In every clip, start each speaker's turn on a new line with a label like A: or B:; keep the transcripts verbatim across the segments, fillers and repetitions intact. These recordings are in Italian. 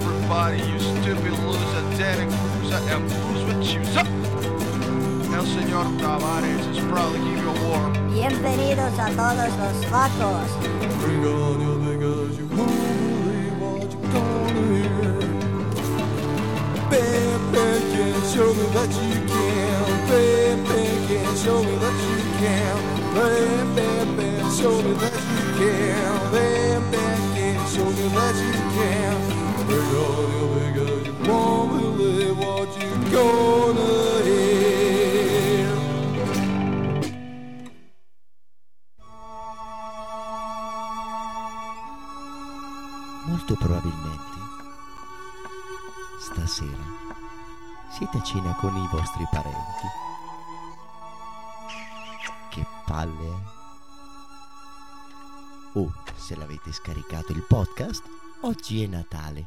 A: everybody, you stupid loser, Danny Cruiser, and Bruce with Chooser. El Señor Tavares is proud to give you a war.
B: Bienvenidos a todos los vacos.
C: Bring on your because you won't believe what you're gonna hear. Bam, bam, can show me that you can. Bam, bam, can show me that you can. Bam, bam, bam, show me that you can. Bam, bam, can show me that you can. Bring on your because you won't believe what you're gonna hear.
D: Molto probabilmente stasera siete a cena con i vostri parenti. Che palle, eh? O se l'avete scaricato il podcast, oggi è Natale.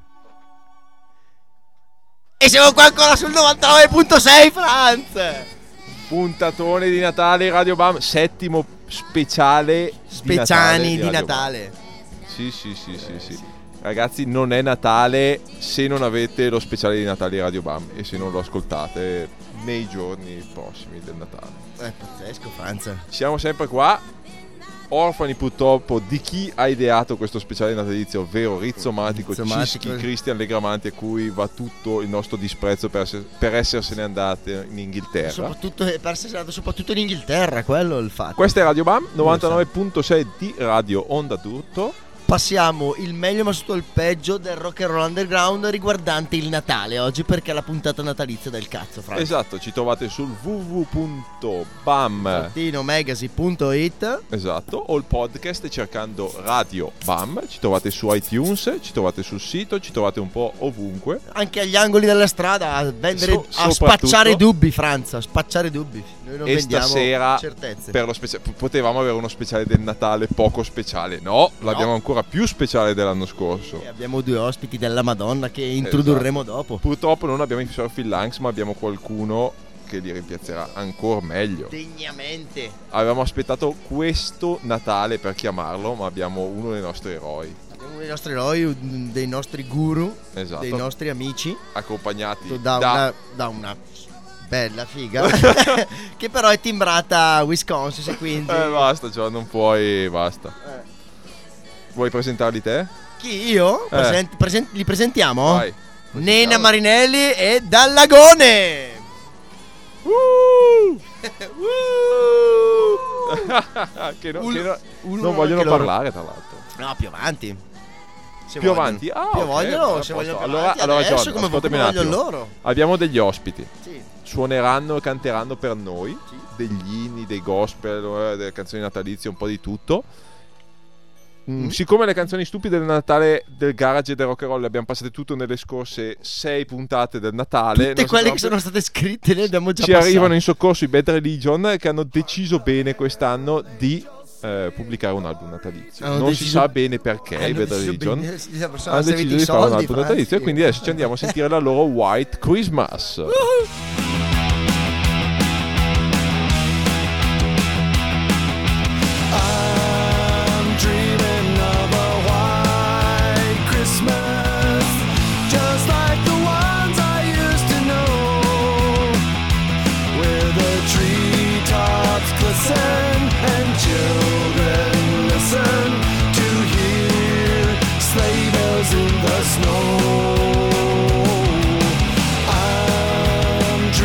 D: E siamo qua ancora sul novantanove virgola sei, Franz!
E: Puntatone di Natale Radio Bam, settimo speciale
D: Speciani
E: di Natale.
D: di Natale.
E: Sì, sì, sì, sì, sì. Ragazzi, non è Natale se non avete lo speciale di Natale di Radio Bam e se non lo ascoltate nei giorni prossimi del Natale.
D: È pazzesco, Franz.
E: Siamo sempre qua, orfani purtroppo di chi ha ideato questo speciale natalizio, ovvero Rizzo Matico,
D: Rizzo-Matico.
E: Cischi, Cristian Legramanti, a cui va tutto il nostro disprezzo per, essere, per essersene andate in Inghilterra.
D: Soprattutto per essere andato soprattutto in Inghilterra, quello è il fatto.
E: Questa è Radio Bam, novantanove virgola sei di Radio Onda d'Urto.
D: Passiamo il meglio ma sotto il peggio del rock and roll underground riguardante il Natale oggi, perché è la puntata natalizia del cazzo, Franz.
E: Esatto, ci trovate sul w w w punto bam
D: magazine punto it.
E: Esatto, o il podcast cercando Radio Bam. Ci trovate su iTunes, ci trovate sul sito, ci trovate un po' ovunque.
D: Anche agli angoli della strada a vendere,
E: So-
D: a spacciare dubbi, Franz, a spacciare dubbi. Noi non
E: E
D: vendiamo
E: stasera
D: certezze.
E: per lo specia- potevamo avere uno speciale del Natale poco speciale. No, l'abbiamo ancora più speciale dell'anno scorso.
D: E abbiamo due ospiti della Madonna che introdurremo
E: Esatto.
D: dopo.
E: Purtroppo non abbiamo i Surfing Lanks, ma abbiamo qualcuno che li rimpiazzerà ancora meglio.
D: Degnamente.
E: Avevamo aspettato questo Natale per chiamarlo, ma abbiamo uno dei nostri eroi.
D: Abbiamo uno dei nostri eroi, un- dei nostri guru,
E: Esatto.
D: dei nostri amici,
E: Accompagnati
D: da
E: da,
D: una, da una bella figa che però è timbrata Wisconsin, e quindi
E: Eh basta, cioè non puoi, basta.
D: Eh.
E: Vuoi presentarli te?
D: Chi, io?
E: Eh.
D: Present- present- li presentiamo?
E: Vai.
D: Nena Marinelli e Dallagone.
E: Uh!
D: Uh!
E: che no-
D: Un-
E: che no-
D: uno
E: non vogliono
D: anche loro.
E: parlare, tra l'altro.
D: No, più avanti. Se
E: Più
D: vogliono.
E: avanti? Ah,
D: più
E: ok,
D: vogliono,
E: a
D: se
E: posto.
D: vogliono più
E: Allora-
D: avanti
E: allora,
D: adesso,
E: John,
D: come,
E: ascoltami
D: come
E: un
D: vogliono
E: attimo.
D: loro.
E: Abbiamo degli ospiti.
D: Sì.
E: Suoneranno e canteranno per noi
D: Sì.
E: degli inni, dei gospel, eh, delle canzoni natalizie, un po' di tutto. Mm,
D: Mm.
E: Siccome le canzoni stupide del Natale, del garage e del rock and roll le abbiamo passate tutte nelle scorse sei puntate del Natale,
D: Tutte
E: non
D: quelle
E: sappiamo
D: che sono state scritte le abbiamo già
E: ci
D: passate.
E: arrivano in soccorso i Bad Religion, che hanno deciso bene quest'anno di eh, pubblicare un album natalizio.
D: Hanno
E: non
D: deciso-
E: si sa bene perché i
D: Hanno
E: Bad
D: deciso
E: Religion
D: bene, sì, la persona
E: hanno
D: si è
E: deciso
D: avuti
E: di
D: i
E: fare un
D: soldi,
E: album
D: Franz,
E: natalizio, e
D: sì.
E: quindi adesso ci andiamo a sentire la loro White Christmas.
C: I'm dreaming of a white Christmas, just like the ones I used to know, where the treetops glisten and children listen to hear sleigh bells in the snow. I'm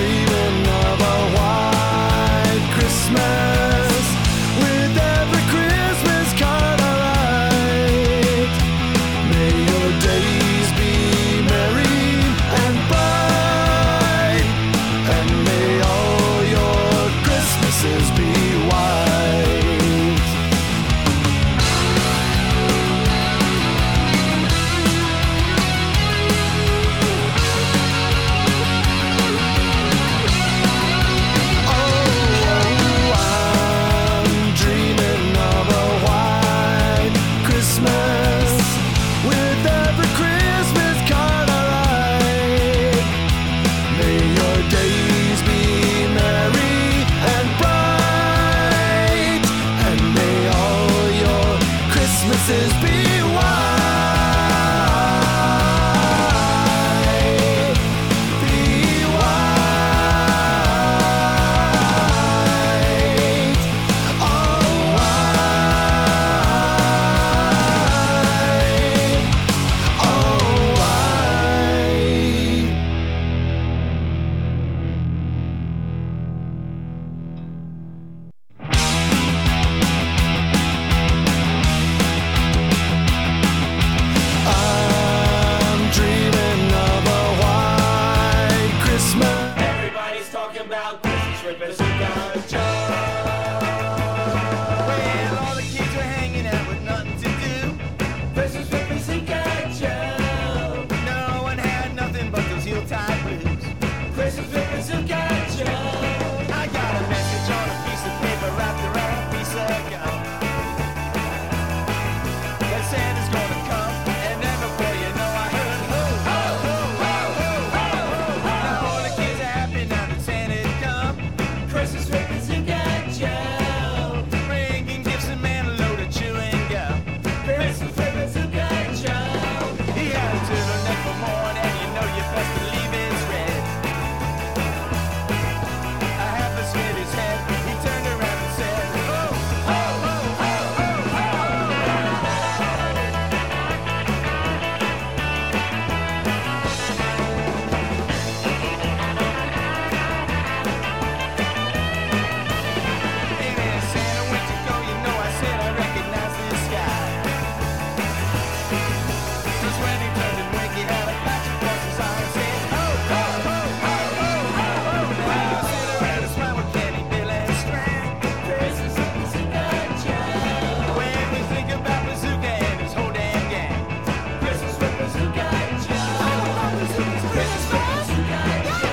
F: with Bazooka Joe. Well, all the kids were hanging out with nothing to do. Christmas with Bazooka Joe. No one had nothing but those Yuletide blues. Christmas with Bazooka Joe. I got a message on a piece of paper wrapped around a piece of gum. That Santa's gonna come, and then before you know I heard ho, ho, ho, ho, ho, ho, ho. Now all the kids are happy now that Santa's come. Christmas with Bazooka Joe. Bringing gifts and man a load of chewing gum. Christmas with Bazooka Joe. He had a turtleneck for more, and you know you best believe it's red. I have to spit his head. He turned around and said, ho, ho, ho, ho, ho, ho. Hey there, Santa, where'd you go? You know I said I recognize this guy. Just when he turned and winked, he had a patch across his eye and said, ho, ho, ho, ho, ho, ho, ho. Now Santa had a smile with Kenny, Bill, and Strand. Christmas with Bazooka Joe. When we think about Bazooka and his whole damn gang. Christmas with Bazooka Joe. Christmas with Bazooka Joe.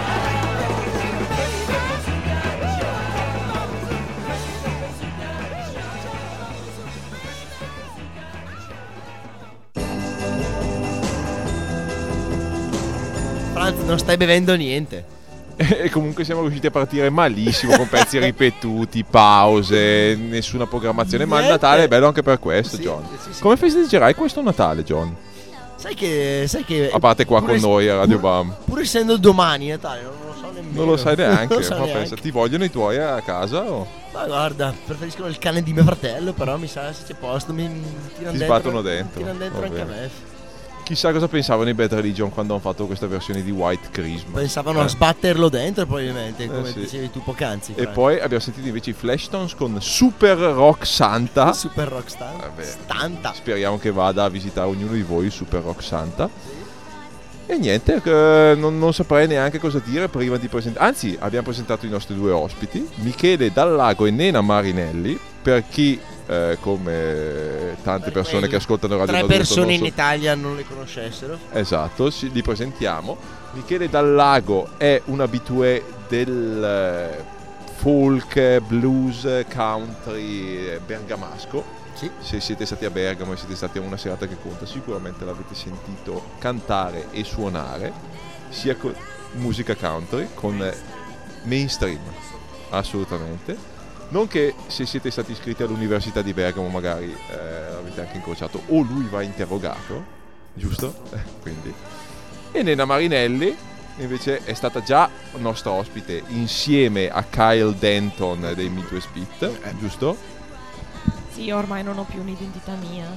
D: Franz, non stai bevendo niente.
E: E comunque siamo riusciti a partire malissimo con pezzi ripetuti, pause, nessuna programmazione. Ma il
D: Niente.
E: Natale è bello anche per questo,
D: Sì,
E: John.
D: sì, sì.
E: Come festeggerai questo Natale, John?
D: Sai che, sai che
E: A parte qua
D: pur
E: con
D: es-
E: noi a Radio
D: pur-
E: Bam.
D: Pur essendo domani Natale, non lo so nemmeno.
E: Non lo sai neanche.
D: Non lo so
E: Ma
D: neanche.
E: pensa, ti vogliono i tuoi a casa? O?
D: Ma guarda, preferiscono il cane di mio fratello, però mi sa se c'è posto mi mi tirano
E: Ti
D: dentro.
E: sbattono dentro.
D: Mi tirano dentro
E: Va
D: anche a
E: bene.
D: me.
E: Chissà cosa pensavano i Bad Religion quando hanno fatto questa versione di White Christmas.
D: Pensavano
E: Eh.
D: a sbatterlo dentro probabilmente, come
E: sì.
D: dicevi tu poc'anzi.
E: E
D: Franz.
E: poi abbiamo sentito invece i Flashstones con Super Rock Santa.
D: Super Rock Stan-
E: Vabbè.
D: Stanta.
E: Speriamo che vada a visitare ognuno di voi il Super Rock Santa. E niente, eh, non, non saprei neanche cosa dire prima di presentare. Anzi, abbiamo presentato i nostri due ospiti, Michele Dallago e Nena Marinelli. Per chi, eh, come tante
D: Per
E: persone
D: quei
E: che ascoltano Radio
D: Tre
E: Badotto
D: persone
E: non
D: in
E: so-
D: Italia non le conoscessero.
E: Esatto, ci- li presentiamo. Michele Dallago è un habitué del eh, folk, blues, country eh, bergamasco.
D: Sì.
E: Se siete stati a Bergamo e siete stati a una serata che conta, sicuramente l'avete sentito cantare e suonare sia con musica country, con eh, mainstream, assolutamente. Non che se siete stati iscritti all'Università di Bergamo magari eh, l'avete anche incrociato o lui va interrogato, giusto? Eh, quindi. E Nena Marinelli invece è stata già nostra ospite insieme a Kyle Denton dei Midwest Beat, giusto?
G: Sì, ormai non ho più un'identità mia.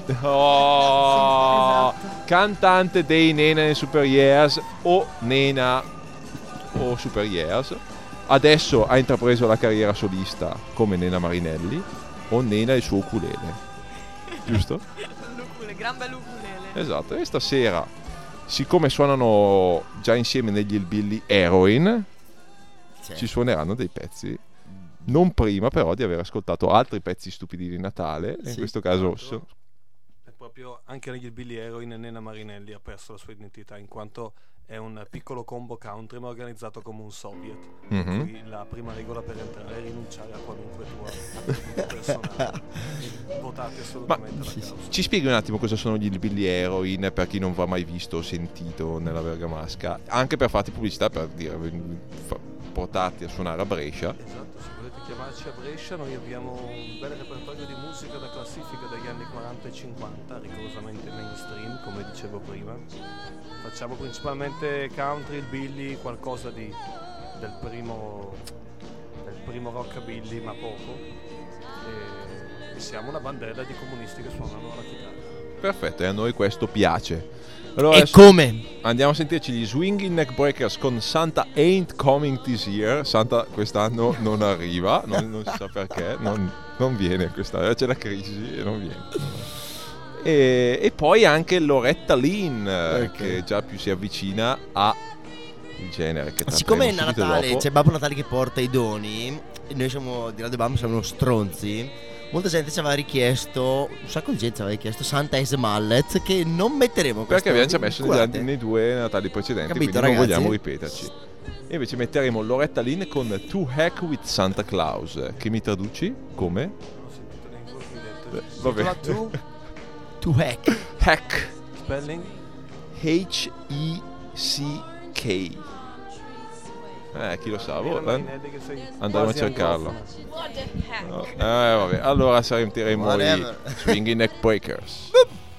E: Oh,
G: Sì, esatto.
E: Cantante dei Nena e Super Years o Nena o Super Years. Adesso ha intrapreso la carriera solista come Nena Marinelli o Nena e il suo ukulele. Giusto?
G: L'ukulele, gran bel ukulele.
E: Esatto. E stasera, siccome suonano già insieme negli Hillbilly Heroin,
D: Sì.
E: ci suoneranno dei pezzi. Non prima però di aver ascoltato altri pezzi stupidi di Natale. In
D: Sì.
E: questo caso so-
H: È proprio anche negli Billy Heroin Nena Marinelli ha perso la sua identità in quanto è un piccolo combo country ma organizzato come un soviet.
E: Mhm.
H: Per cui la prima regola per entrare è rinunciare a qualunque tua attributo personale. Votate assolutamente
D: sì,
H: la
D: sì.
H: causa.
E: Ci spieghi un attimo cosa sono gli Hillbilly Heroin per chi non va mai visto o sentito nella Bergamasca, anche per farti pubblicità, per dire, fa- portarti a suonare a Brescia.
H: Esatto, se volete chiamarci a Brescia noi abbiamo un bel repertorio di musica da classifica dagli anni quaranta e cinquanta, rigorosamente mainstream come dicevo prima. Facciamo principalmente country, billy, qualcosa di, del primo del primo rockabilly ma poco e, e siamo una bandella di comunisti che suonano la chitarra.
E: Perfetto, e a noi questo piace. Allora
D: E
E: adesso
D: come?
E: andiamo a sentirci gli Swinging Neckbreakers con Santa Ain't Coming This Year. Santa quest'anno non arriva, non, non si sa perché, non, non viene quest'anno, c'è la crisi e non viene. E, e poi anche Loretta Lynn,
D: Ok.
E: che già più si avvicina a il genere che
D: Siccome è
E: tratteremo subito
D: Natale,
E: dopo.
D: c'è Babbo Natale che porta i doni, e noi siamo di Radio Bam, siamo uno stronzi. Molta gente ci aveva richiesto, un sacco di gente ci aveva richiesto Santa as a Mallet, che non metteremo
E: Perché
D: quest'anno,
E: abbiamo già messo
D: curate.
E: nei, nei due Natali precedenti,
D: Capito,
E: quindi non
D: ragazzi?
E: vogliamo ripeterci. E invece metteremo Loretta Lynn con To Heck with Santa Claus, che mi traduci come?
H: Non ho sentito neanche quello che mi hai detto.
E: Beh, vabbè.
H: Tu?
D: To hack.
E: Heck.
H: Spelling?
E: H E C K. Eh, chi lo sa?
H: Mira,
E: boh,
H: Marinelli, che sei
E: andremo a
H: quasi
E: cercarlo.
H: anglofono.
G: What the heck?
E: No, eh, vabbè. Allora sentiremo i
D: Whatever.
E: Swinging Neck Breakers.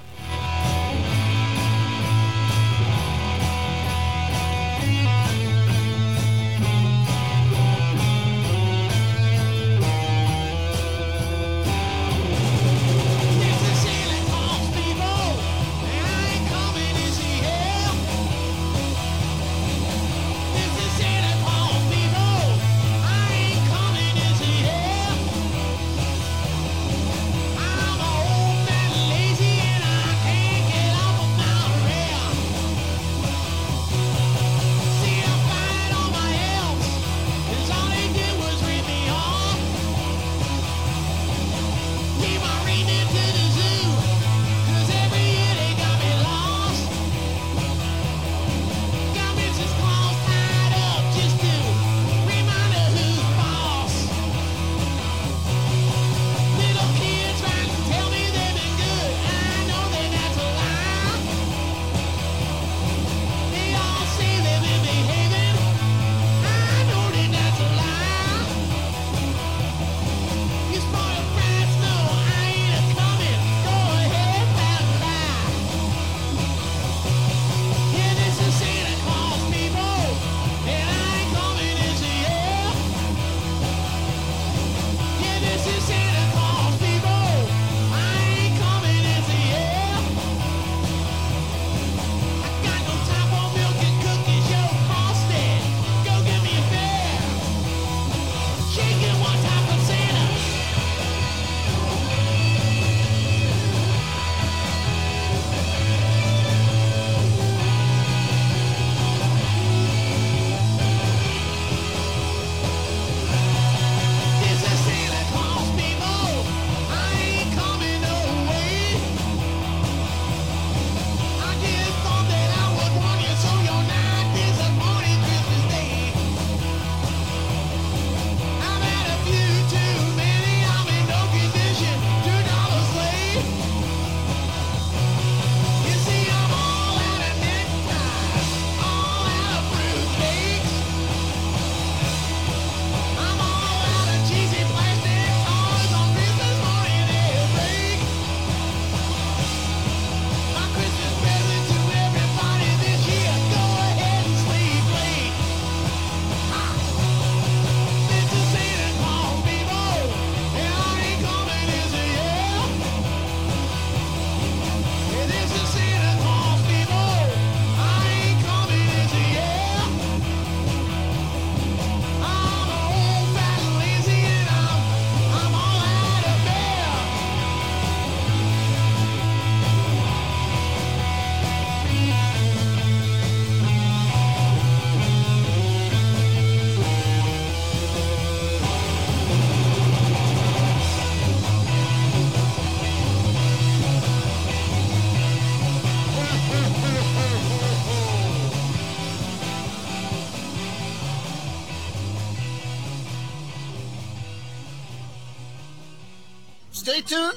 I: Stay tuned.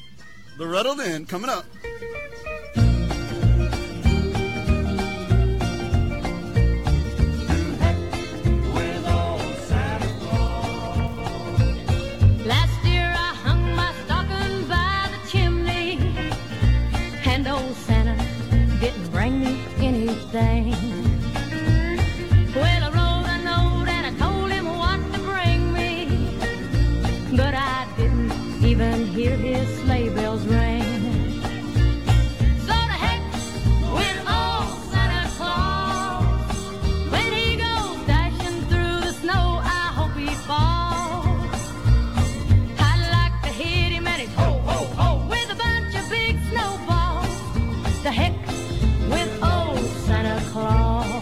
I: Loretta Lynn coming up.
J: Last year I hung my stocking by the chimney, and old Santa didn't bring me anything. Well, I wrote a note and I told him what to bring me, but I didn't even hear his sleigh bells ring. So to heck with old Santa Claus. When he goes dashing through the snow, I hope he falls. I'd like to hit him and he's ho, ho, ho, with a bunch of big snowballs. The heck with old Santa Claus.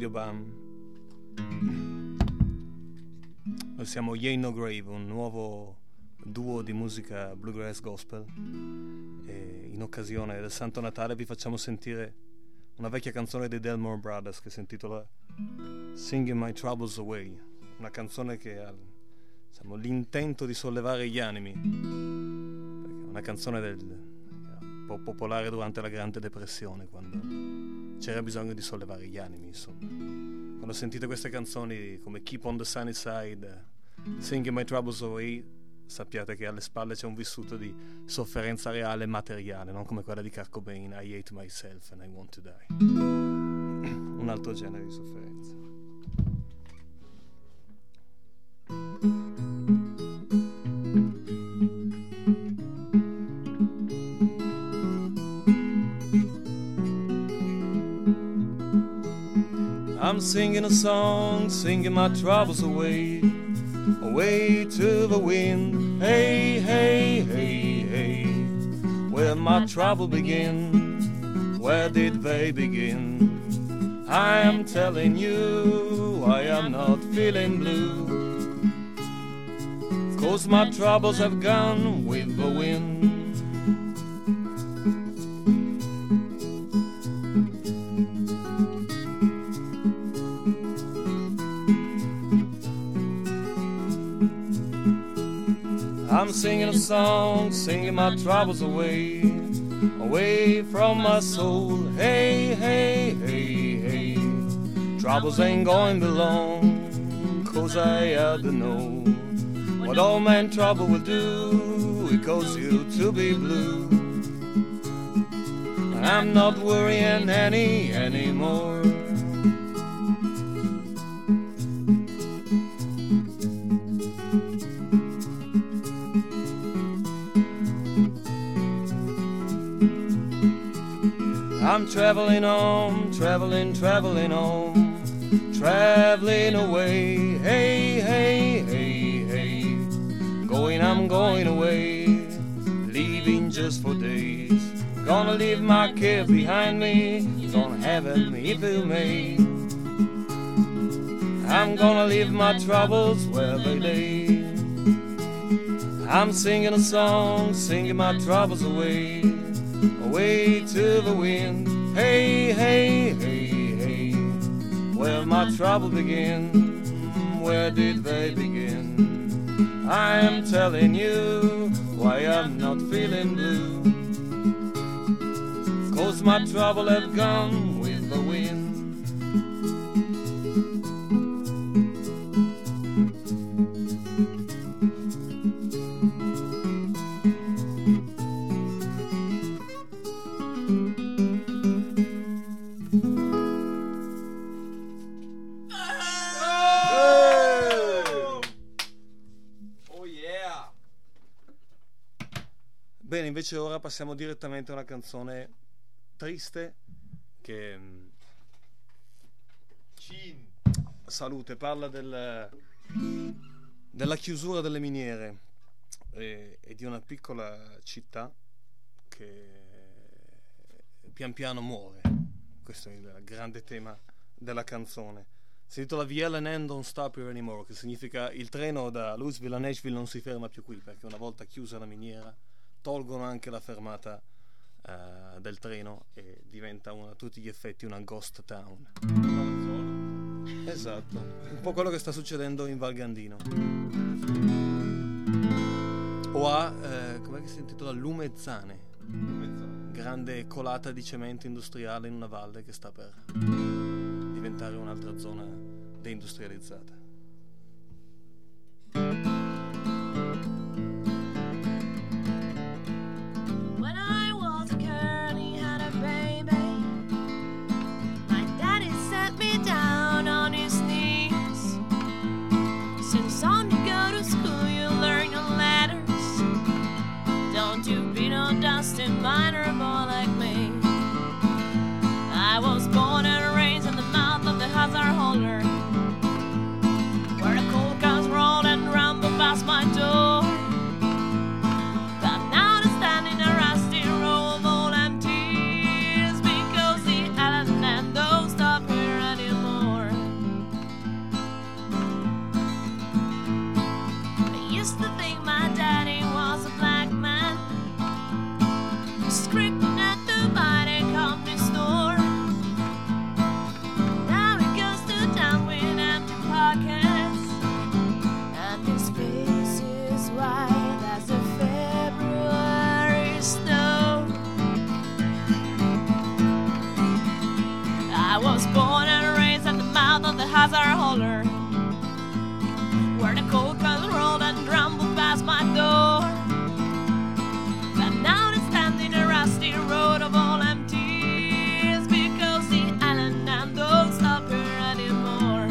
H: Radio Bam. Noi siamo Ye No Grave, un nuovo duo di musica bluegrass gospel, e in occasione del Santo Natale vi facciamo sentire una vecchia canzone dei Delmore Brothers che si intitola Singing My Troubles Away, una canzone che ha, diciamo, l'intento di sollevare gli animi, perché è una canzone del, un po' popolare durante la Grande Depressione, quando c'era bisogno di sollevare gli animi, insomma. Quando sentite queste canzoni come Keep on the Sunny Side, Singing My Troubles Away, sappiate che alle spalle c'è un vissuto di sofferenza reale e materiale, non come quella di Kurt Cobain, I hate myself and I want to die. Un altro genere di sofferenza. I'm singing a song, singing my troubles away, away to the wind. Hey, hey, hey, hey, where my trouble begin, where did they begin? I am telling you, I am not feeling blue, 'cause my troubles have gone with the wind. I'm singing a song, singing my troubles away, away from my soul. Hey, hey, hey, hey, troubles ain't going to be long, 'cause I had to know what all man trouble will do. It causes you to be blue. I'm not worrying any anymore. I'm traveling on, traveling, traveling on, traveling away. Hey, hey, hey, hey, going, I'm going away, leaving just for days. Gonna leave my care behind me, gonna heaven if you may. I'm gonna leave my troubles where they lay. I'm singing a song, singing my troubles away, away to the wind. Hey, hey, hey, hey, where my trouble begin, where did they begin? I am telling you why I'm not feeling blue, 'cause my trouble have gone with the wind. Bene, invece ora passiamo direttamente a una canzone triste che Cin. salute, parla del, della chiusura delle miniere e, e di una piccola città che pian piano muore. Questo è il grande tema della canzone. Si intitola The L N N Don't Stop Here Anymore, che significa il treno da Louisville a Nashville non si ferma più qui, perché una volta chiusa la miniera tolgono anche la fermata uh, del treno e diventa una, a tutti gli effetti una ghost town. Esatto, un po' quello che sta succedendo in Val Gandino. O a, eh, com'è che si intitola? Lumezzane. Lumezzane. Grande colata di cemento industriale in una valle che sta per diventare un'altra zona deindustrializzata.
K: When I was a girl, he had a baby. My daddy set me down on his knees. Since son, you go to school, you learn your letters. Don't you be no dusty miner boy like me. I was born and raised in the mouth of the Hazard Holler, where the coal cars rolled and rumbled where the cold cars rolled and rumbled past my door. But now they're standing a rusty road of all empties, because the island and don't stop here anymore.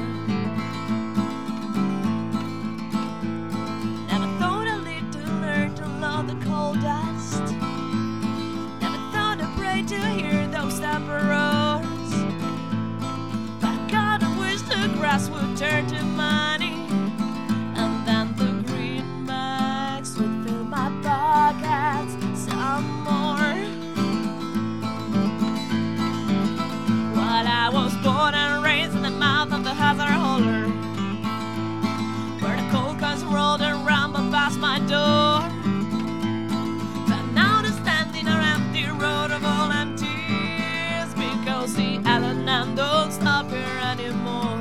K: Never thought I'd live to learn to love the cold dust. Never thought I'd pray to hear those stopper roars. But God, I wish the grass would turn to money, and then the greenbacks would fill my pockets some more. While I was born and raised in the mouth of the Hazard Holler, where the cold cars rolled and rumbled past my door. But now they're standing an empty road of all empties, because the island and don't stop here anymore.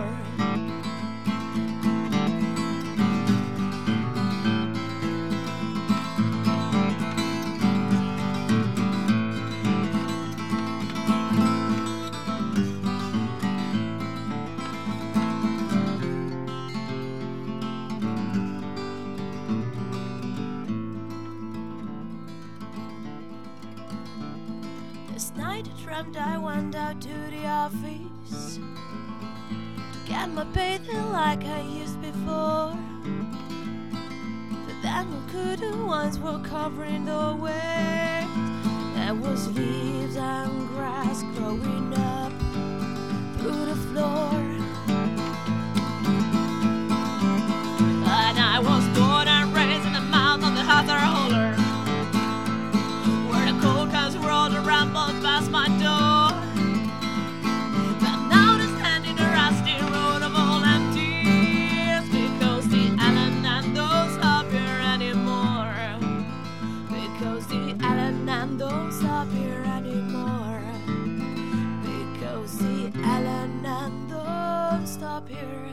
K: This night I dreamt I went out to the office to get my bathing like I used before. But then who could the ones were covering the way? There was leaves and grass growing up through the floor. And I was born and raised in the mouth of the Hazard Holler, where the cold cars rolled and rumbled past my door. But now they're standing a rusty road of all empties, because the island and don't stop here anymore. Because the island and don't stop here anymore. Because the island and don't stop here anymore.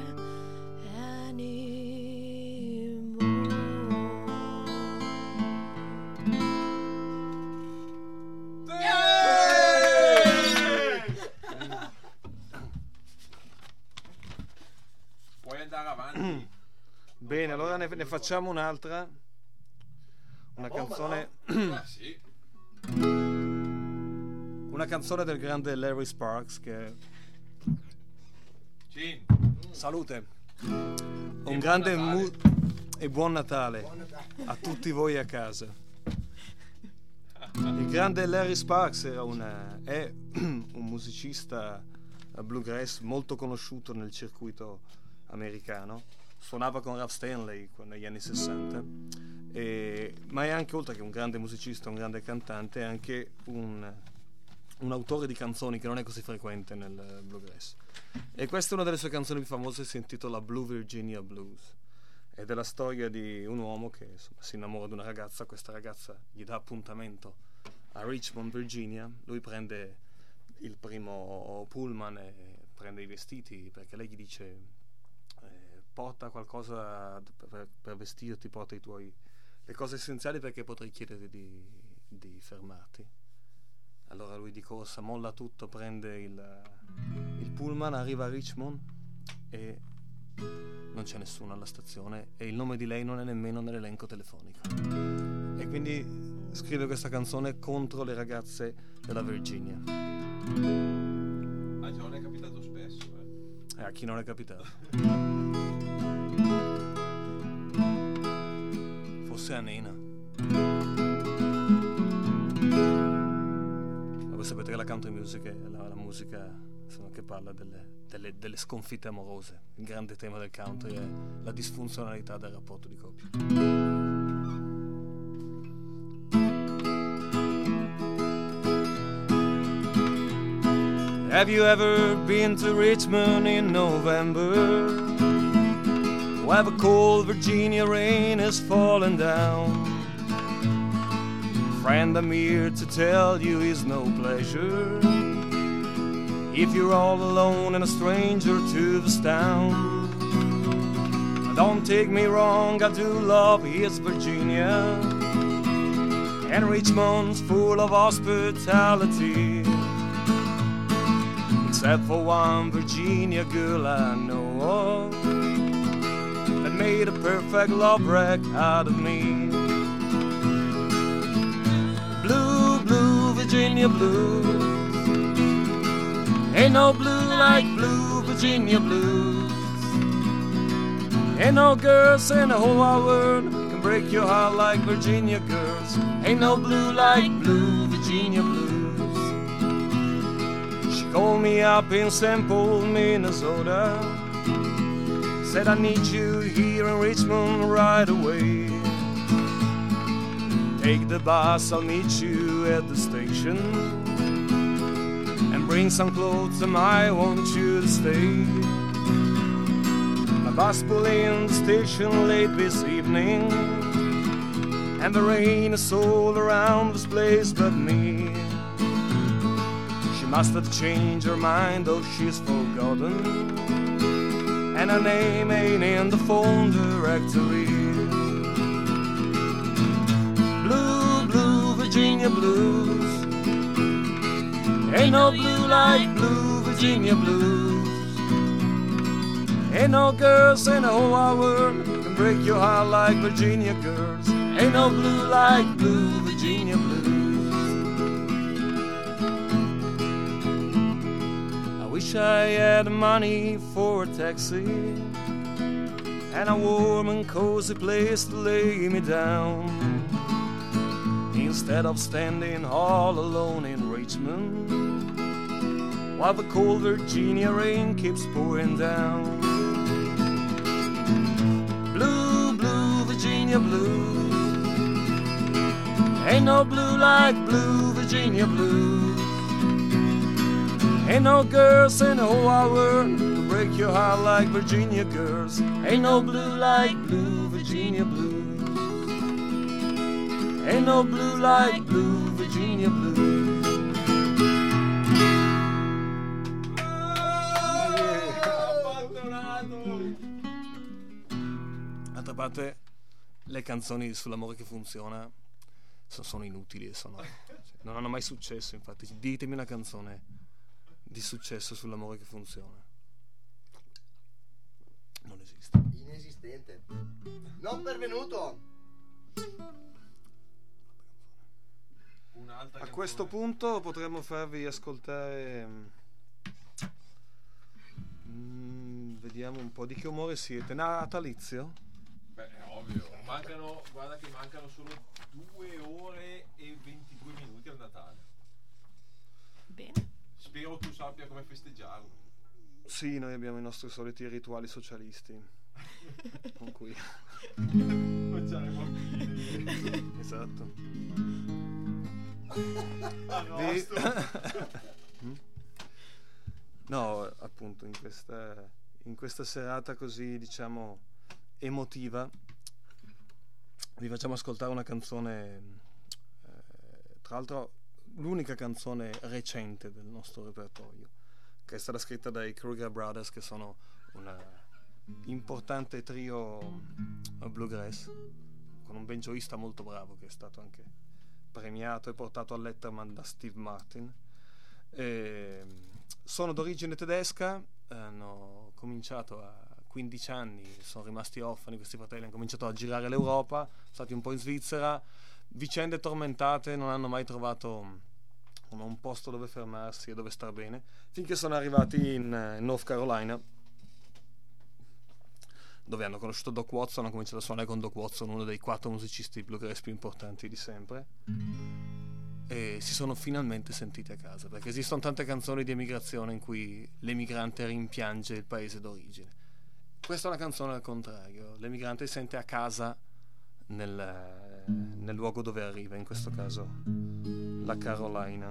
E: Puoi andare avanti.
H: Bene, allora ne, ne facciamo un'altra. Una canzone.
E: Ah, sì.
H: Una canzone del grande Larry Sparks che.
E: Sì.
H: Salute. Un grande mu- e buon Natale a tutti voi a casa. Il grande Larry Sparks era una, è un musicista bluegrass molto conosciuto nel circuito americano. Suonava con Ralph Stanley negli anni sessanta, e, ma è anche, oltre che un grande musicista, un grande cantante, è anche un, un autore di canzoni che non è così frequente nel bluegrass. E questa è una delle sue canzoni più famose, si intitola Blue Virginia Blues. Ed è la storia di un uomo che, insomma, si innamora di una ragazza. Questa ragazza gli dà appuntamento a Richmond, Virginia. Lui prende il primo pullman e prende i vestiti, perché lei gli dice eh, porta qualcosa per, per vestirti, porta i tuoi, le cose essenziali, perché potrei chiederti di, di fermarti. Allora lui di corsa molla tutto, prende il, il pullman, arriva a Richmond e non c'è nessuno alla stazione, e il nome di lei non è nemmeno nell'elenco telefonico. E quindi scrive questa canzone contro le ragazze della Virginia.
E: A John è capitato spesso, eh.
H: E a chi non è capitato? Forse a Nena. Ma voi sapete che la country music è la, la musica, insomma, che parla delle, delle, delle sconfitte amorose. Il grande tema del country è la disfunzionalità del rapporto di coppia. Have you ever been to Richmond in November, where the cold Virginia rain has fallen down? Friend, I'm here to tell you it's no pleasure if you're all alone and a stranger to this town. Don't take me wrong, I do love East Virginia, and Richmond's full of hospitality. Except for one Virginia girl I know of that made a perfect love wreck out of me. Blue, blue, Virginia blues. Ain't no blue like blue Virginia blues. Ain't no girls in the whole wide world can break your heart like Virginia girls. Ain't no blue like blue Virginia blues. She called me up in Saint Paul, Minnesota. Said I need you here in Richmond right away. Take the bus, I'll meet you at the station. And bring some clothes, and I want you to stay. My bus pulled in the station late this evening, and the rain is all around this place but me. She must have changed her mind, though she's forgotten, and her name ain't in the phone directory. Blue, blue, Virginia blues. Ain't no blue like blue Virginia blues. Ain't no girls in the whole wide world can break your heart like Virginia girls. Ain't no blue like blue Virginia blues. I wish I had money for a taxi and a warm and cozy place to lay me down, instead of standing all alone in Richmond while the cold Virginia rain keeps pouring down. Blue, blue, Virginia blues. Ain't no blue like blue Virginia blues. Ain't no girls in the whole wide world to break your heart like Virginia girls. Ain't no blue like blue Virginia blues. Ain't no blue like blue Virginia blues. D'altra parte le canzoni sull'amore che funziona so- sono inutili e sono, non hanno mai successo. Infatti ditemi una canzone di successo sull'amore che funziona. Non esiste.
D: Inesistente. Non pervenuto.
H: A questo punto potremmo farvi ascoltare, mm, vediamo un po' di che umore siete. Natalizio?
E: Beh, è ovvio. Mancano, guarda che mancano solo due ore e ventidue minuti al Natale.
G: Bene.
E: Spero tu sappia come festeggiarlo.
H: Sì, noi abbiamo i nostri soliti rituali socialisti con cui
E: mangiare bambini.
H: Esatto.
E: Arrosto.
H: No, appunto in questa, in questa serata così, diciamo, emotiva vi facciamo ascoltare una canzone, eh, tra l'altro l'unica canzone recente del nostro repertorio, che è stata scritta dai Kruger Brothers, che sono un importante trio bluegrass con un banjoista molto bravo che è stato anche premiato e portato al Letterman da Steve Martin. E sono d'origine tedesca, hanno cominciato a quindici anni, sono rimasti orfani questi fratelli, hanno cominciato a girare l'Europa, sono stati un po' in Svizzera, vicende tormentate, non hanno mai trovato un, un posto dove fermarsi e dove star bene, finché sono arrivati in, in North Carolina, dove hanno conosciuto Doc Watson, hanno cominciato a suonare con Doc Watson, uno dei quattro musicisti bluegrass più importanti di sempre, e si sono finalmente sentiti a casa, perché esistono tante canzoni di emigrazione in cui l'emigrante rimpiange il paese d'origine. Questa è una canzone al contrario, l'emigrante si sente a casa nel, nel luogo dove arriva, in questo caso la Carolina.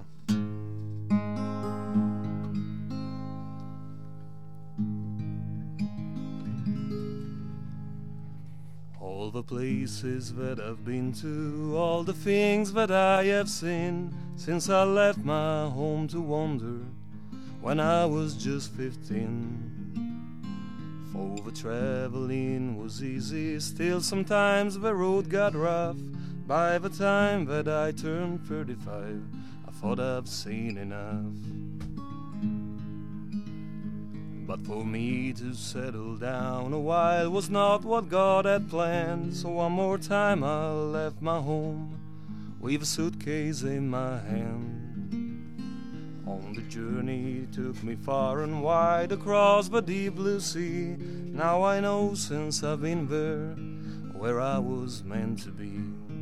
H: All the places that I've been to, all the things that I have seen, since I left my home to wander when I was just fifteen. For the traveling was easy, still sometimes the road got rough. By the time that I turned thirty-five, I thought I've seen enough. But for me to settle down a while was not what God had planned. So one more time I left my home with a suitcase in my hand. On the journey took me far and wide across the deep blue sea. Now I know since I've been there where I was meant to be.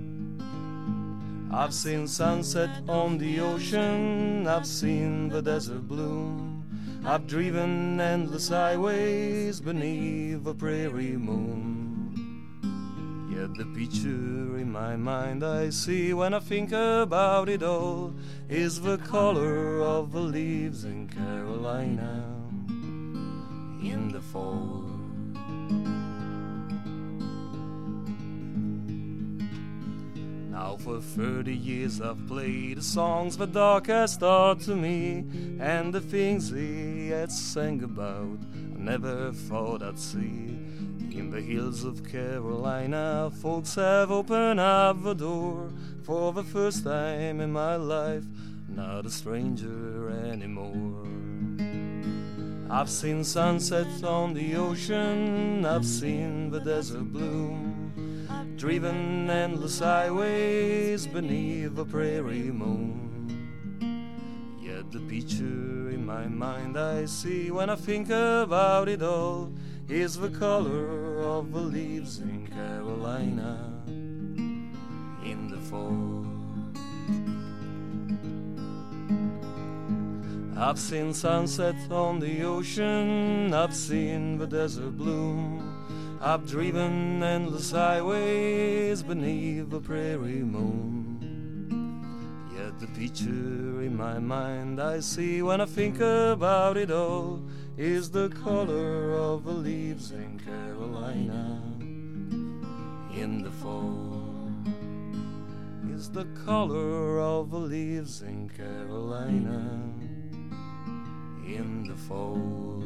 H: I've seen sunset on the ocean, I've seen the desert bloom, I've driven endless highways beneath the prairie moon. Yet the picture in my mind I see when I think about it all is the color of the leaves in Carolina in the fall. Now for thirty years I've played the songs that Doc has taught to me, and the things he had sang about I never thought I'd see. In the hills of Carolina, folks have opened up the door for the first time in my life, not a stranger anymore. I've seen sunsets on the ocean, I've seen the desert bloom, driven endless highways beneath the prairie moon. Yet the picture in my mind I see when I think about it all is the color of the leaves in Carolina in the fall. I've seen sunsets on the ocean, I've seen the desert bloom, I've driven endless highways beneath the prairie moon. Yet the picture in my mind I see when I think about it all is the color of the leaves in Carolina in the fall. Is the color of the leaves in Carolina in the fall.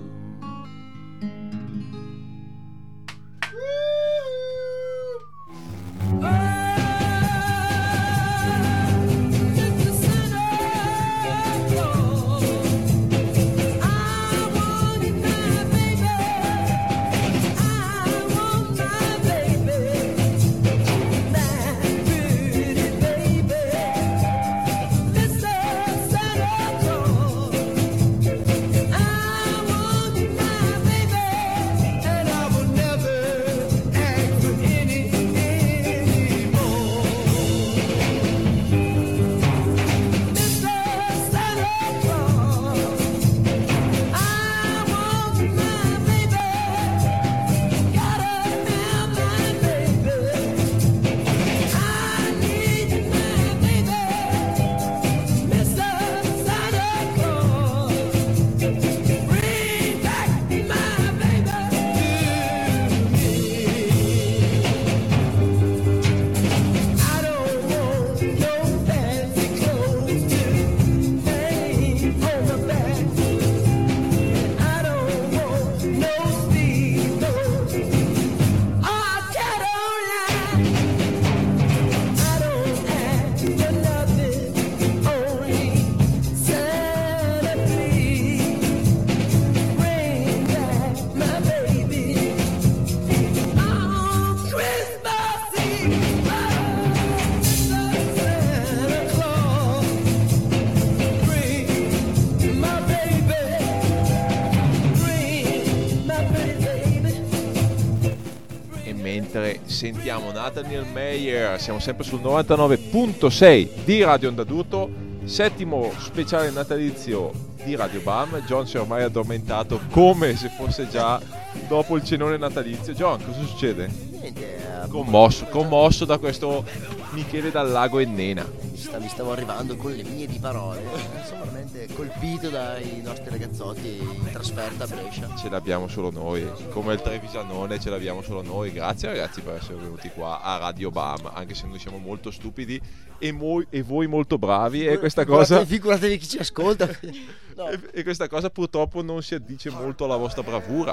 E: Sentiamo Nathaniel Meyer, siamo sempre sul novantanove virgola sei di Radio Onda d'Urto, settimo speciale natalizio di Radio Bam. John si è ormai addormentato come se fosse già dopo il cenone natalizio. John, cosa succede?
D: Niente,
E: commosso, commosso da questo Michele Dal Lago e Nena.
D: Mi, sta, mi stavo arrivando con le mie di parole, sono veramente colpito dai nostri ragazzotti in trasferta a Brescia.
E: Ce l'abbiamo solo noi, come il Trevisanone ce l'abbiamo solo noi. Grazie ragazzi per essere venuti qua a Radio Bam, anche se noi siamo molto stupidi e, mo- e voi molto bravi. E questa cosa,
D: figuratevi chi ci ascolta. No.
E: e, e questa cosa purtroppo non si addice molto alla vostra bravura.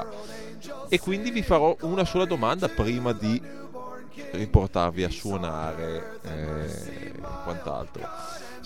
E: E quindi vi farò una sola domanda prima di riportarvi a suonare e eh, quant'altro.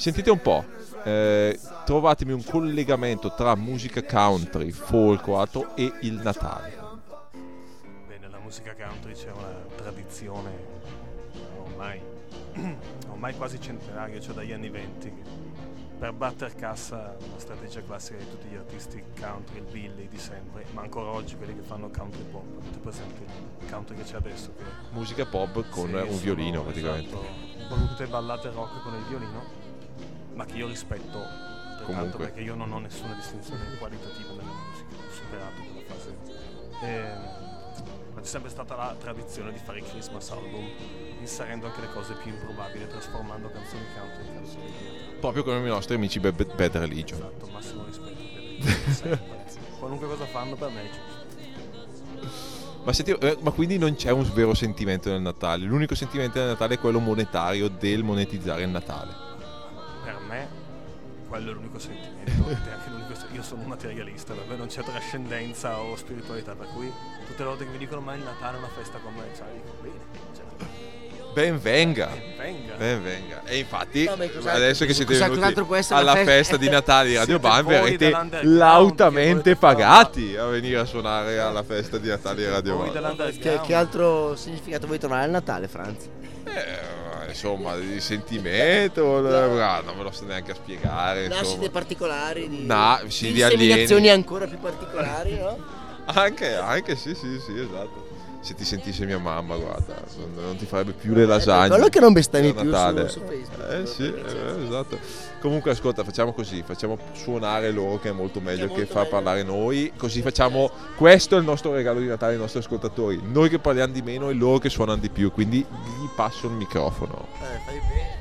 E: Sentite un po', eh, trovatemi un collegamento tra musica country, folk o altro e il Natale.
H: Beh, nella musica country c'è una tradizione ormai, ormai quasi centenaria, cioè dagli anni venti. Per batter cassa, una strategia classica di tutti gli artisti country, il Billy di sempre, ma ancora oggi quelli che fanno country pop. Avete presente il country che c'è adesso? Che...
E: Musica pop con
H: Sì,
E: un
H: sono,
E: violino praticamente.
H: Esatto, con tutte ballate rock con il violino, ma che io rispetto altrettanto,
E: Comunque.
H: perché io non ho nessuna distinzione qualitativa nella musica, ho superato quella fase. E... ma c'è sempre stata la tradizione di fare i Christmas album, inserendo anche le cose più improbabili, trasformando canzoni country in canzoni di Natale.
E: Proprio come i nostri amici Bad, Bad Religion.
H: Esatto, massimo rispetto per loro. Qualunque cosa fanno per me è giusto.
E: Ma, senti, eh, ma quindi non c'è un vero sentimento nel Natale? L'unico sentimento nel Natale è quello monetario del monetizzare il Natale.
H: Per me quello è l'unico sentimento, ed è anche l'unico sen- io sono un materialista, per me non c'è trascendenza o spiritualità, per cui tutte le volte che mi dicono ma il Natale è una festa commerciale, dico bene, cioè,
E: Ben venga.
H: ben venga.
E: Ben venga. E infatti,
D: No, ma cos'altro-
E: adesso che siete
D: cos'altro-
E: venuti
D: cos'altro può essere
E: alla
D: la festa?
E: festa di Natale di Radio
H: Siete
E: Bam,
H: voi
E: verrete
H: dell'underground
E: lautamente
H: che volete fare-
E: pagati a venire a suonare alla festa di Natale di Radio
H: Voi
E: Bam.
H: dell'underground.
D: Che, che altro significato vuoi trovare al Natale, Franz?
E: Eh, insomma, di sentimento, eh, non me lo sto neanche a spiegare.
D: Nascite
E: Insomma.
D: particolari, di,
E: No, sì,
D: di
E: di alieni.
D: inseminazioni ancora più particolari, no?
E: Anche, anche sì, sì, sì, esatto. Se ti sentisse mia mamma, guarda, non, non ti farebbe più le lasagne.
D: quello che non bestemmi
E: per
D: più
E: Natale.
D: su- su Facebook.
E: Eh sì, eh, esatto. Comunque ascolta, facciamo così, facciamo suonare loro che è molto meglio
D: Che è
E: che,
D: molto
E: far
D: meglio.
E: parlare noi, così facciamo, questo è il nostro regalo di Natale ai nostri ascoltatori, noi che parliamo di meno e loro che suonano di più, quindi gli passo il microfono.
D: Eh, fai bene.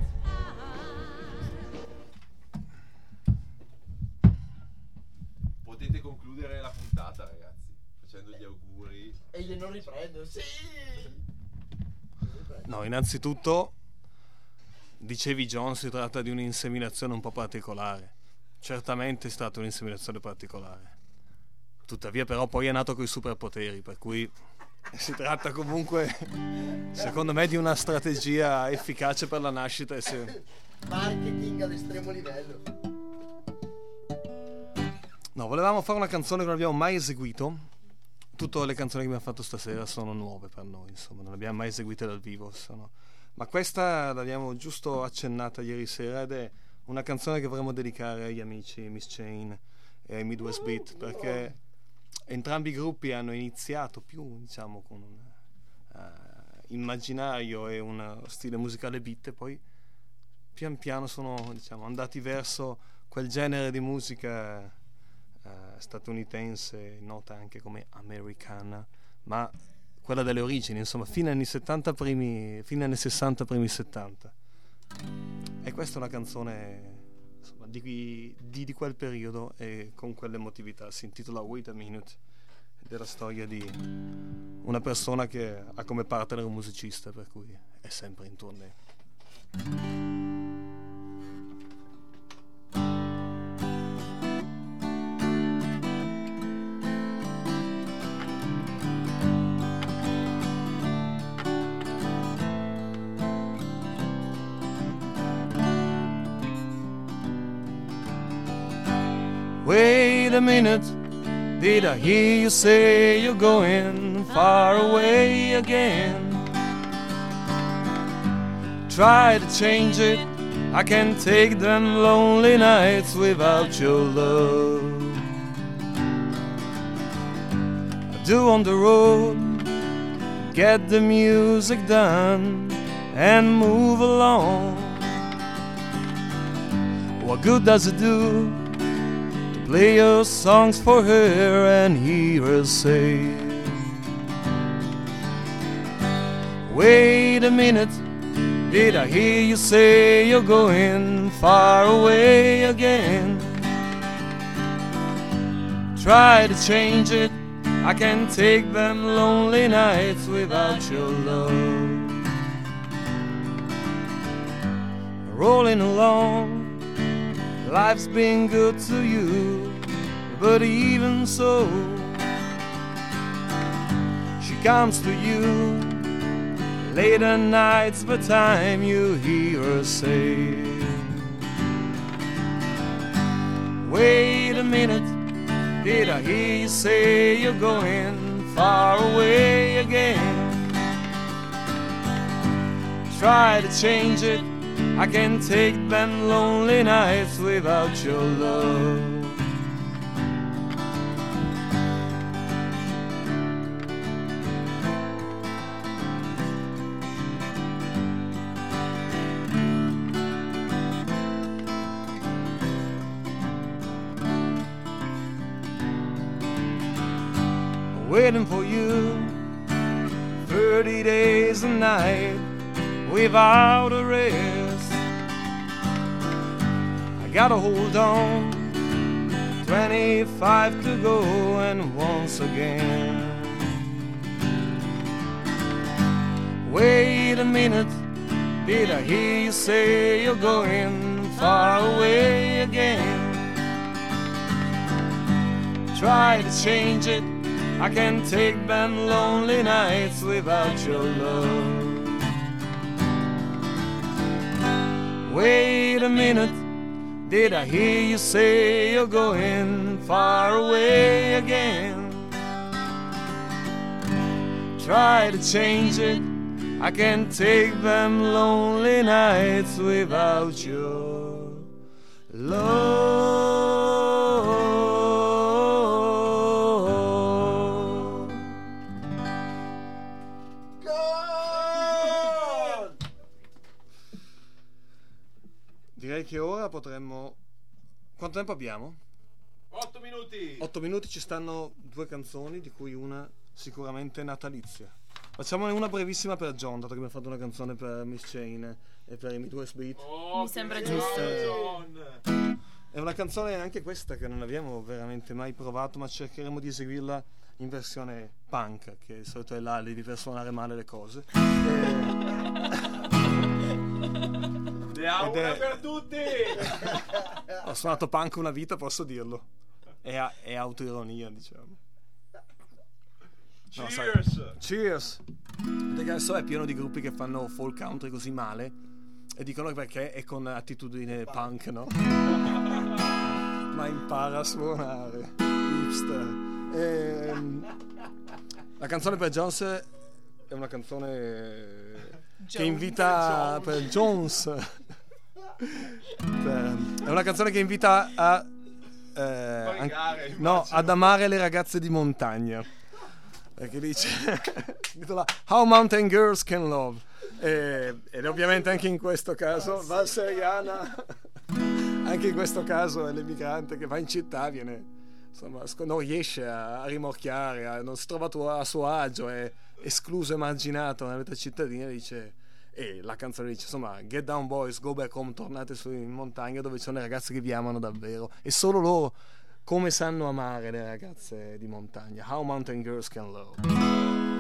E: Potete concludere la puntata, ragazzi, facendo gli auguri.
D: E io non riprendo, sì.
H: No, innanzitutto dicevi John, si tratta di un'inseminazione un po' particolare. Certamente è stata un'inseminazione particolare. Tuttavia però poi è nato coi superpoteri, per cui si tratta comunque, secondo me, di una strategia efficace per la nascita. E se...
D: Marketing all'estremo livello.
H: No, volevamo fare una canzone che non abbiamo mai eseguito. Tutte le canzoni che abbiamo fatto stasera sono nuove per noi, insomma, non le abbiamo mai eseguite dal vivo. Sono... Ma questa l'abbiamo giusto accennata ieri sera ed è una canzone che vorremmo dedicare agli amici Miss Chain e ai Midwest Beat, perché entrambi i gruppi hanno iniziato più, diciamo, con un uh, immaginario e un stile musicale beat, e poi pian piano sono, diciamo, andati verso quel genere di musica uh, statunitense, nota anche come americana, ma quella delle origini, insomma, fine anni settanta, primi, fine anni sessanta, primi settanta. E questa è una canzone, insomma, di, di, di quel periodo e con quell'emotività. Si intitola Wait a Minute, ed è la storia di una persona che ha come partner un musicista, per cui è sempre in tournée. Wait a minute, did I hear you say you're going far away again? Try to change it, I can't take them lonely nights without your love. I do on the road, get the music done and move along. What good does it do? Play your songs for her and hear her say, wait a minute, did I hear you say you're going far away again? Try to change it, I can't take them lonely nights without your love. Rolling along, life's been good to you, but even so, she comes to you later nights by time you hear her say, Wait a minute, did I hear you say you're going far away again? Try to change it, I can't take them lonely nights without your love. Waiting for you thirty days a night without a rest. I gotta hold on, twenty-five to go, and once again. Wait a minute, did I hear you say you're going far away again? Try to change it, I can't take them lonely nights without your love. Wait a minute, did I hear you say you're going far away again? Try to change it, I can't take them lonely nights without your love. Direi che ora potremmo... Quanto tempo abbiamo?
E: otto minuti!
H: otto minuti, ci stanno due canzoni, di cui una sicuramente natalizia. Facciamone una brevissima per John, dato che abbiamo fatto una canzone per Miss Jane e per i Midwest Beat.
G: Oh, mi sembra giusto.
H: Eh, è una canzone anche questa che non abbiamo veramente mai provato, ma cercheremo di eseguirla in versione punk, che di solito è l'alibi per suonare male le cose.
E: Ne ha
H: Ed
E: una
H: è-
E: per tutti!
H: Ho suonato punk una vita, posso dirlo. È, a- è autoironia, diciamo. No, sai-
E: Cheers!
H: Cheers! Perché adesso è pieno di gruppi che fanno folk country così male e dicono perché è con attitudine punk, no? Ma impara a suonare. Hipster. Ehm, la canzone per Jones è una canzone che invita per Jones. Per- è una canzone che invita a eh, an-
E: Pagare,
H: no,
E: immagino.
H: ad amare le ragazze di montagna. Perché dice si intitola How Mountain Girls Can Love. E, ed ovviamente anche in questo caso valseriana, anche in questo caso è l'emigrante che va in città, viene insomma sc- non riesce a, a rimorchiare, a- non si trova tu- a suo agio, è escluso, emarginato nella vita cittadina, dice, e la canzone dice insomma get down boys, go back home, tornate su in montagna dove ci sono le ragazze che vi amano davvero, e solo loro come sanno amare le ragazze di montagna. How Mountain Girls Can Love.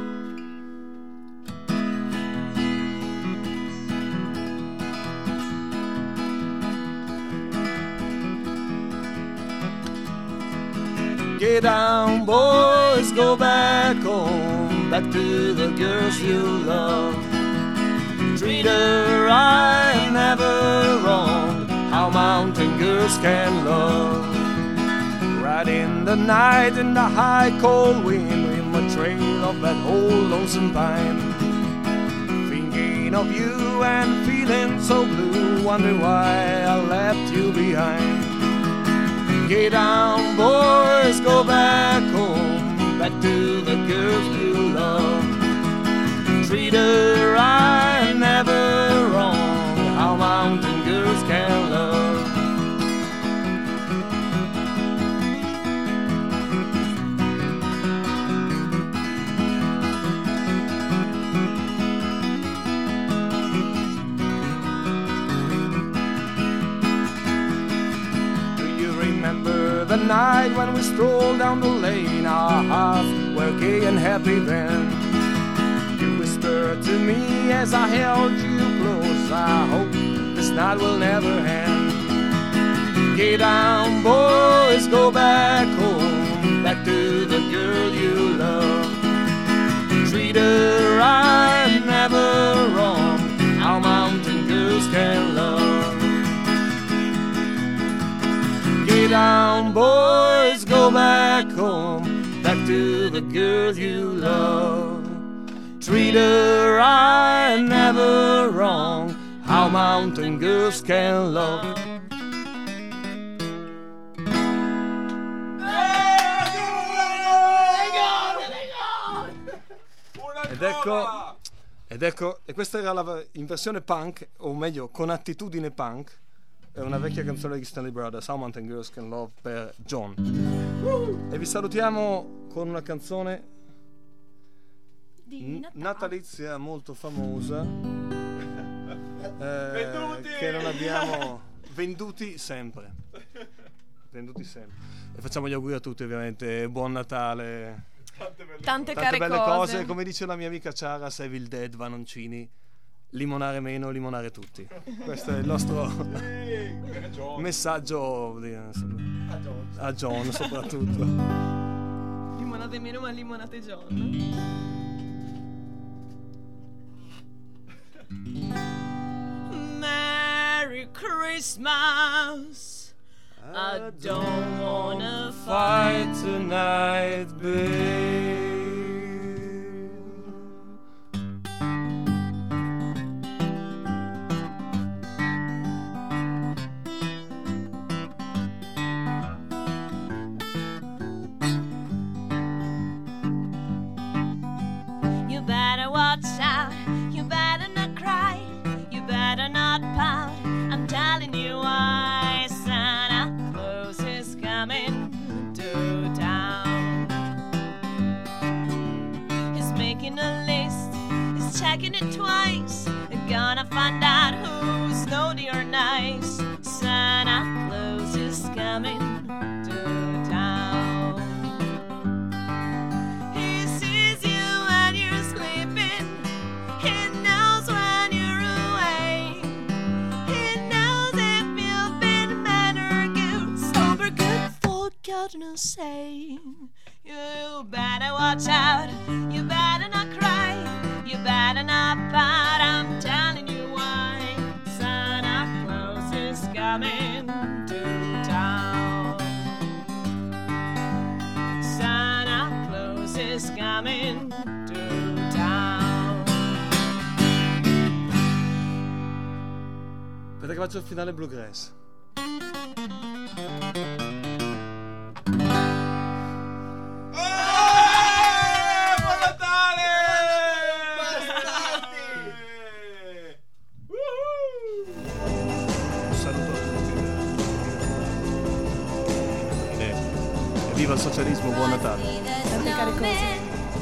H: Get down, boys, go back home, back to the girls you love. Treat her right, never wrong. How mountain girls can love. Right in the night, in the high cold wind, in the trail of that old lonesome pine. Thinking of you and feeling so blue, wondering why I left you behind. Get down, boys, go back home, back to the girls you love. Treat her right, never wrong. How mountain girls can love. The night when we strolled down the lane, our hearts were gay and happy then. You whispered to me as I held you close, I hope this night will never end. Get down, boys, go back home, back to the girl you love. Treat her right, never wrong. How mountain girls can love. Get down, girl you love. Treat her right, never wrong. How mountain girls can love. Ed ecco, ed ecco, e questa era la in versione punk, o meglio, con attitudine punk. È una vecchia canzone di Stanley Brothers, How Mountain Girls Can Love, per John. E vi salutiamo con una canzone n- natalizia molto famosa, eh, che non abbiamo venduti sempre. Venduti sempre. E facciamo gli auguri a tutti, ovviamente. Buon Natale.
G: Tante belle,
K: Tante
G: cose.
K: care
H: Tante belle cose.
K: cose.
H: Come dice la mia amica Ciara, Evil Dead, Vanoncini, limonare meno, limonare tutti. Questo è il nostro messaggio di- a John soprattutto.
K: Limonate meno ma limonate John. Merry Christmas. I don't wanna
H: Fight tonight, babe.
K: You better watch out, you better not cry, you better not pout. I'm telling you why Santa Claus is coming to town. He's making a list, he's checking it twice. Gonna find out who's naughty or nice. Santa Claus is coming to town. He sees you when you're sleeping. He knows when you're away. He knows if you've been bad or good. Sober, good, for goodness sake. You better watch out. You better not cry. You better not pout. I'm telling you why. Santa Claus is coming to town. Santa Claus is coming to town.
H: Aspetta che faccio il finale bluegrass.
E: Buon Natale!
H: Un saluto a tutti. E viva il socialismo, buon Natale.
K: Tante care cose.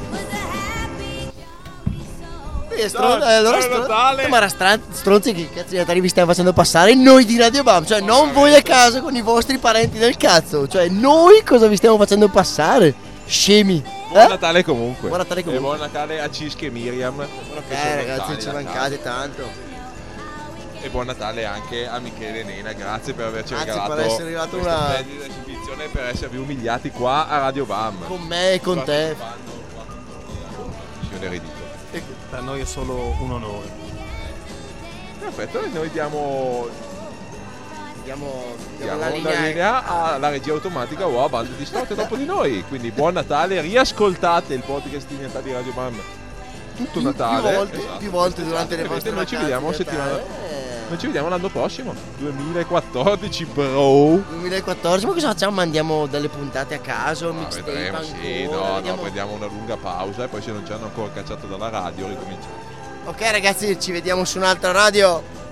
D: Eh, stron- eh, allora
E: Buon
D: stron-
E: Natale!
D: ma era stran- stronzi, che cazzo di Natale vi stiamo facendo passare? Noi di Radio Bam, cioè non voi a casa con i vostri parenti del cazzo. Cioè noi cosa vi stiamo facendo passare? Scemi.
E: Buon
D: Eh?
E: Natale comunque.
D: Buon Natale comunque.
E: E buon Natale a Cische e Miriam. che sono
D: Eh ragazzi,
E: lontani
D: ci
E: da
D: mancate
E: casa.
D: tanto.
E: E buon Natale anche a Michele e Nena. Grazie per averci
D: Grazie
E: regalato
D: per essere arrivato
E: questa
D: una-
E: splendida esibizione e per esservi umiliati qua a Radio Bam.
D: Con me e con te.
E: Signore ridicolo.
H: Per noi è solo un onore.
E: Perfetto, e noi diamo,
D: Diamo,
E: diamo
D: la
E: la
D: linea.
E: linea alla regia automatica o a bande distolte dopo di noi. Quindi buon Natale, riascoltate il podcast di Natale di Radio Bam tutto
D: Più-
E: Natale.
D: più volte,
E: Esatto.
D: più volte durante le
E: Esatto.
D: vostre
E: Noi ci
D: vacanze
E: vediamo
D: di
E: settimana.
D: Natale.
E: Noi ci vediamo l'anno prossimo, duemilaquattordici, bro.
D: duemilaquattordici, ma cosa facciamo? Mandiamo delle puntate a caso,
E: No,
D: mixtape
E: vedremo,
D: ancora,
E: sì, no,
D: vediamo-
E: no, prendiamo una lunga pausa e poi se non ci hanno ancora cacciato dalla radio ricominciamo.
D: Ok ragazzi, ci vediamo su un'altra radio.